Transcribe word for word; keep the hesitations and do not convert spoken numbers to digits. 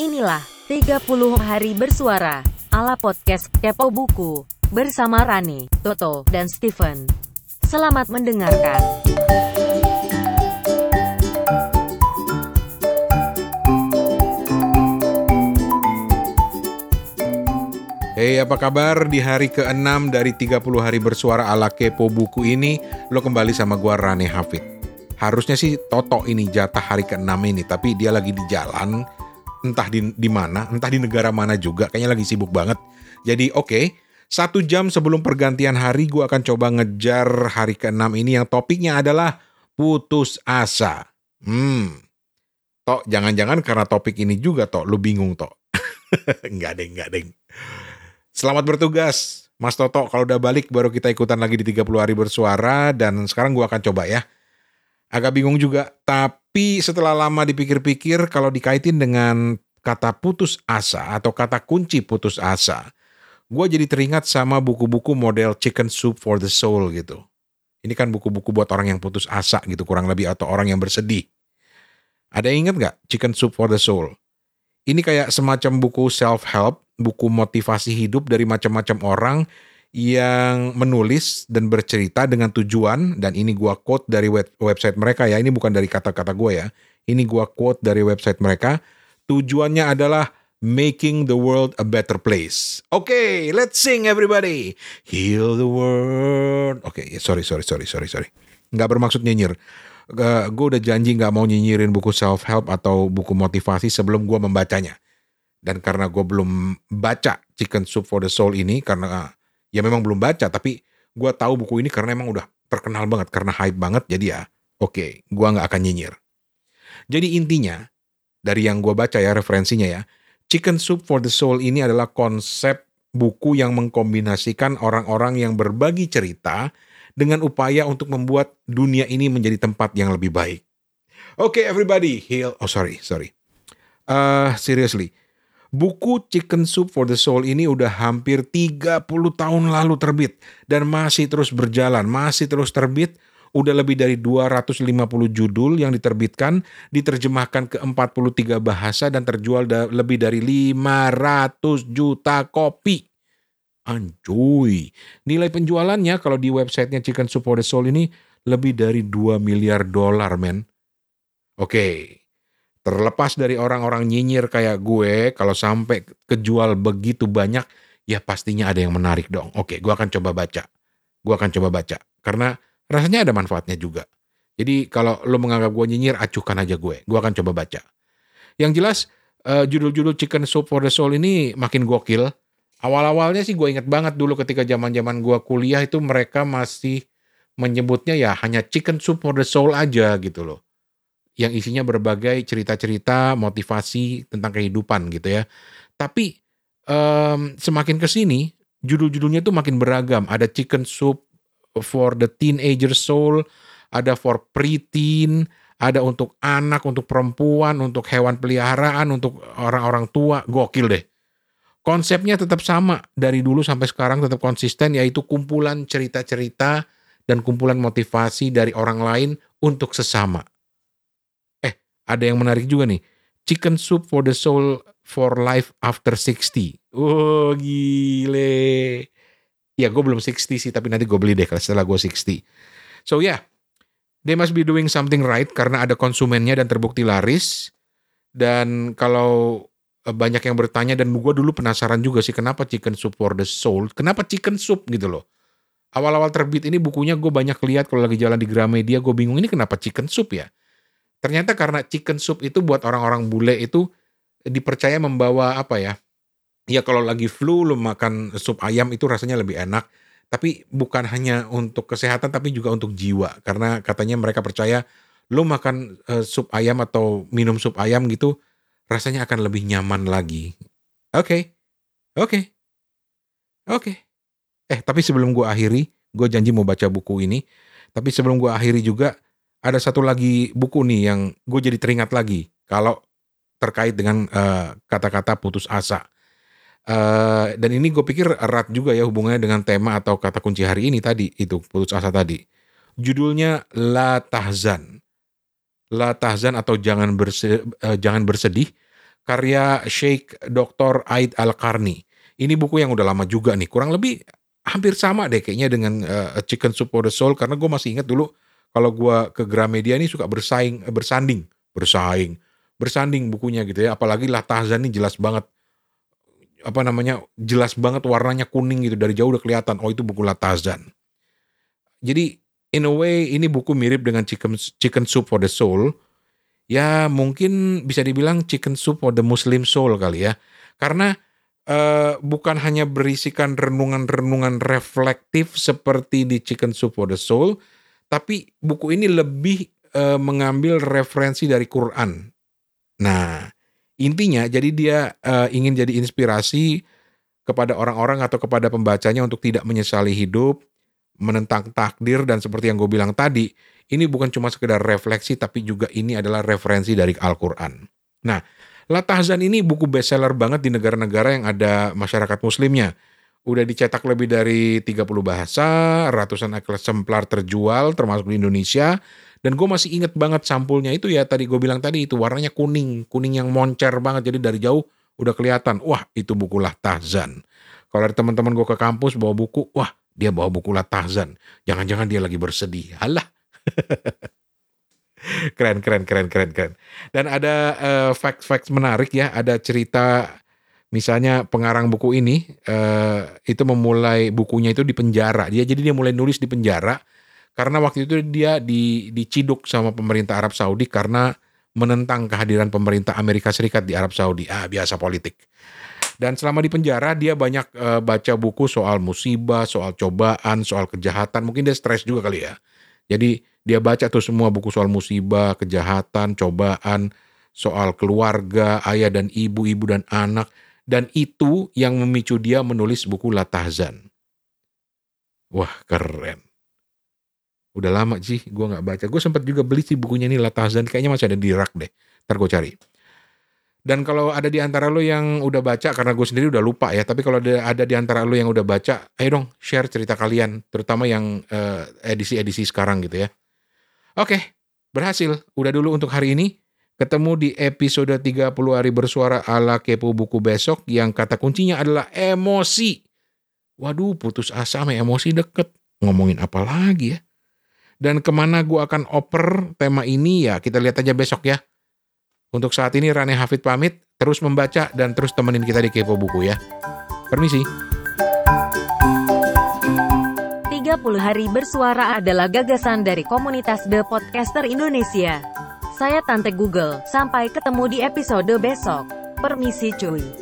Inilah tiga puluh hari bersuara ala podcast Kepo Buku bersama Rani, Toto, dan Steven. Selamat mendengarkan. Hey, apa kabar? Di hari keenam dari tiga puluh hari bersuara ala Kepo Buku ini, lo kembali sama gua Rani Hafid. Harusnya sih Toto ini jatah hari keenam ini, tapi dia lagi di jalan, entah di, di mana, entah di negara mana juga, kayaknya lagi sibuk banget. Jadi oke, okay, satu jam sebelum pergantian hari gue akan coba ngejar hari keenam ini yang topiknya adalah putus asa. Hmm, Tok, jangan-jangan karena topik ini juga, Tok, lu bingung, Tok. Enggak, deng, enggak, deng. Selamat bertugas, Mas Toto. Kalau udah balik baru kita ikutan lagi di tiga puluh hari bersuara, dan sekarang gue akan coba ya. Agak bingung juga, tapi setelah lama dipikir-pikir kalau dikaitin dengan kata putus asa atau kata kunci putus asa, gue jadi teringat sama buku-buku model Chicken Soup for the Soul gitu. Ini kan buku-buku buat orang yang putus asa gitu kurang lebih, atau orang yang bersedih. Ada yang ingat gak Chicken Soup for the Soul? Ini kayak semacam buku self-help, buku motivasi hidup dari macam-macam orang yang menulis dan bercerita dengan tujuan, dan ini gua quote dari web, website mereka ya, ini bukan dari kata-kata gue ya, ini gua quote dari website mereka, tujuannya adalah making the world a better place. Oke, okay, let's sing everybody, heal the world. Oke, okay, sorry, sorry, sorry, sorry, sorry, nggak bermaksud nyinyir. Uh, gue udah janji nggak mau nyinyirin buku self-help atau buku motivasi sebelum gue membacanya. Dan karena gue belum baca Chicken Soup for the Soul ini, karena ya memang belum baca, tapi gue tahu buku ini karena emang udah terkenal banget, karena hype banget, jadi ya oke, okay, gue nggak akan nyinyir. Jadi intinya, dari yang gue baca ya referensinya ya, Chicken Soup for the Soul ini adalah konsep buku yang mengkombinasikan orang-orang yang berbagi cerita dengan upaya untuk membuat dunia ini menjadi tempat yang lebih baik. Oke, okay, everybody, heal. Oh sorry, sorry. Uh, seriously. Buku Chicken Soup for the Soul ini udah hampir tiga puluh tahun lalu terbit dan masih terus berjalan, masih terus terbit. Udah lebih dari dua ratus lima puluh judul yang diterbitkan, diterjemahkan ke empat puluh tiga bahasa dan terjual da- lebih dari lima ratus juta kopi. Anjoy. Nilai penjualannya kalau di websitenya Chicken Soup for the Soul ini lebih dari dua miliar dolar, men. Oke. Okay. Terlepas dari orang-orang nyinyir kayak gue, kalau sampai kejual begitu banyak, ya pastinya ada yang menarik dong. Oke, gue akan coba baca. Gue akan coba baca. Karena rasanya ada manfaatnya juga. Jadi kalau lo menganggap gue nyinyir, acuhkan aja gue. Gue akan coba baca. Yang jelas, uh, judul-judul Chicken Soup for the Soul ini makin gokil. Awal-awalnya sih gue inget banget dulu ketika zaman-zaman gue kuliah itu mereka masih menyebutnya ya hanya Chicken Soup for the Soul aja gitu loh. Yang isinya berbagai cerita-cerita motivasi tentang kehidupan gitu ya. Tapi um, semakin kesini judul-judulnya tuh makin beragam. Ada Chicken Soup for the Teenager Soul, ada for preteen, ada untuk anak, untuk perempuan, untuk hewan peliharaan, untuk orang-orang tua. Gokil deh. Konsepnya tetap sama dari dulu sampai sekarang, tetap konsisten, yaitu kumpulan cerita-cerita dan kumpulan motivasi dari orang lain untuk sesama. Ada yang menarik juga nih. Chicken Soup for the Soul for Life After sixty. Oh gile. Ya gue belum enam puluh sih, tapi nanti gue beli deh setelah gue enam puluh. So yeah, they must be doing something right karena ada konsumennya dan terbukti laris. Dan kalau banyak yang bertanya, dan gue dulu penasaran juga sih kenapa Chicken Soup for the Soul. Kenapa Chicken Soup gitu loh. Awal-awal terbit ini bukunya gue banyak lihat kalau lagi jalan di Gramedia, gue bingung ini kenapa Chicken Soup ya. Ternyata karena chicken soup itu buat orang-orang bule itu dipercaya membawa apa ya? Ya kalau lagi flu lu makan sup ayam itu rasanya lebih enak. Tapi bukan hanya untuk kesehatan tapi juga untuk jiwa. Karena katanya mereka percaya lu makan uh, sup ayam atau minum sup ayam gitu rasanya akan lebih nyaman lagi. Oke. Okay. Oke. Okay. Oke. Okay. Eh tapi sebelum gue akhiri, gue janji mau baca buku ini. Tapi sebelum gue akhiri juga, ada satu lagi buku nih yang gue jadi teringat lagi kalau terkait dengan uh, kata-kata putus asa. Uh, dan ini gue pikir erat juga ya hubungannya dengan tema atau kata kunci hari ini tadi, itu putus asa tadi. Judulnya La Tahzan. La Tahzan atau jangan bersedih, uh, jangan bersedih karya Sheikh doktor Aid Al-Qarni. Ini buku yang udah lama juga nih, kurang lebih hampir sama deh kayaknya dengan uh, Chicken Soup for the Soul, karena gue masih ingat dulu kalau gue ke Gramedia ini suka bersaing, bersanding, bersaing, bersanding bukunya gitu ya. Apalagi Latahzan ini jelas banget, apa namanya, jelas banget warnanya kuning gitu, dari jauh udah kelihatan, oh itu buku Latahzan. Jadi in a way ini buku mirip dengan Chicken, Chicken Soup for the Soul. Ya mungkin bisa dibilang Chicken Soup for the Muslim Soul kali ya. Karena uh, bukan hanya berisikan renungan-renungan reflektif seperti di Chicken Soup for the Soul, tapi buku ini lebih uh, mengambil referensi dari Quran. Nah, intinya jadi dia uh, ingin jadi inspirasi kepada orang-orang atau kepada pembacanya untuk tidak menyesali hidup, menentang takdir, dan seperti yang gue bilang tadi, ini bukan cuma sekedar refleksi, tapi juga ini adalah referensi dari Al-Quran. Nah, Latahzan ini buku bestseller banget di negara-negara yang ada masyarakat muslimnya. Udah dicetak lebih dari tiga puluh bahasa, ratusan eksemplar terjual, termasuk di Indonesia. Dan gue masih inget banget sampulnya itu ya, tadi gue bilang tadi itu warnanya kuning, kuning yang moncer banget, jadi dari jauh udah kelihatan, wah itu buku Latahzan. Kalau ada teman-teman gue ke kampus bawa buku, wah dia bawa buku Latahzan, jangan-jangan dia lagi bersedih. Halah. keren, keren, keren, keren, keren. Dan ada uh, facts-facts menarik ya, ada cerita misalnya pengarang buku ini uh, itu memulai bukunya itu di penjara. Dia jadi dia mulai nulis di penjara karena waktu itu dia di, diciduk sama pemerintah Arab Saudi karena menentang kehadiran pemerintah Amerika Serikat di Arab Saudi. Ah, biasa politik. Dan selama di penjara dia banyak uh, baca buku soal musibah, soal cobaan, soal kejahatan. Mungkin dia stres juga kali ya. Jadi dia baca tuh semua buku soal musibah, kejahatan, cobaan, soal keluarga, ayah dan ibu, ibu dan anak. Dan itu yang memicu dia menulis buku Latahzan. Wah keren. Udah lama sih gue gak baca. Gue sempat juga beli sih bukunya nih Latahzan. Kayaknya masih ada di rak deh. Ntar gue cari. Dan kalau ada di antara lo yang udah baca, karena gue sendiri udah lupa ya, tapi kalau ada, ada di antara lo yang udah baca, ayo dong share cerita kalian, terutama yang uh, edisi-edisi sekarang gitu ya. Oke, berhasil. Udah dulu untuk hari ini. Ketemu di episode tiga puluh hari bersuara ala Kepo Buku besok, yang kata kuncinya adalah emosi. Waduh, putus asa sama emosi deket. Ngomongin apa lagi ya? Dan kemana gue akan oper tema ini ya, kita lihat aja besok ya. Untuk saat ini Rane Hafid pamit, terus membaca dan terus temenin kita di Kepo Buku ya. Permisi. tiga puluh hari bersuara adalah gagasan dari komunitas The Podcaster Indonesia. Saya Tante Google, sampai ketemu di episode besok. Permisi cuy.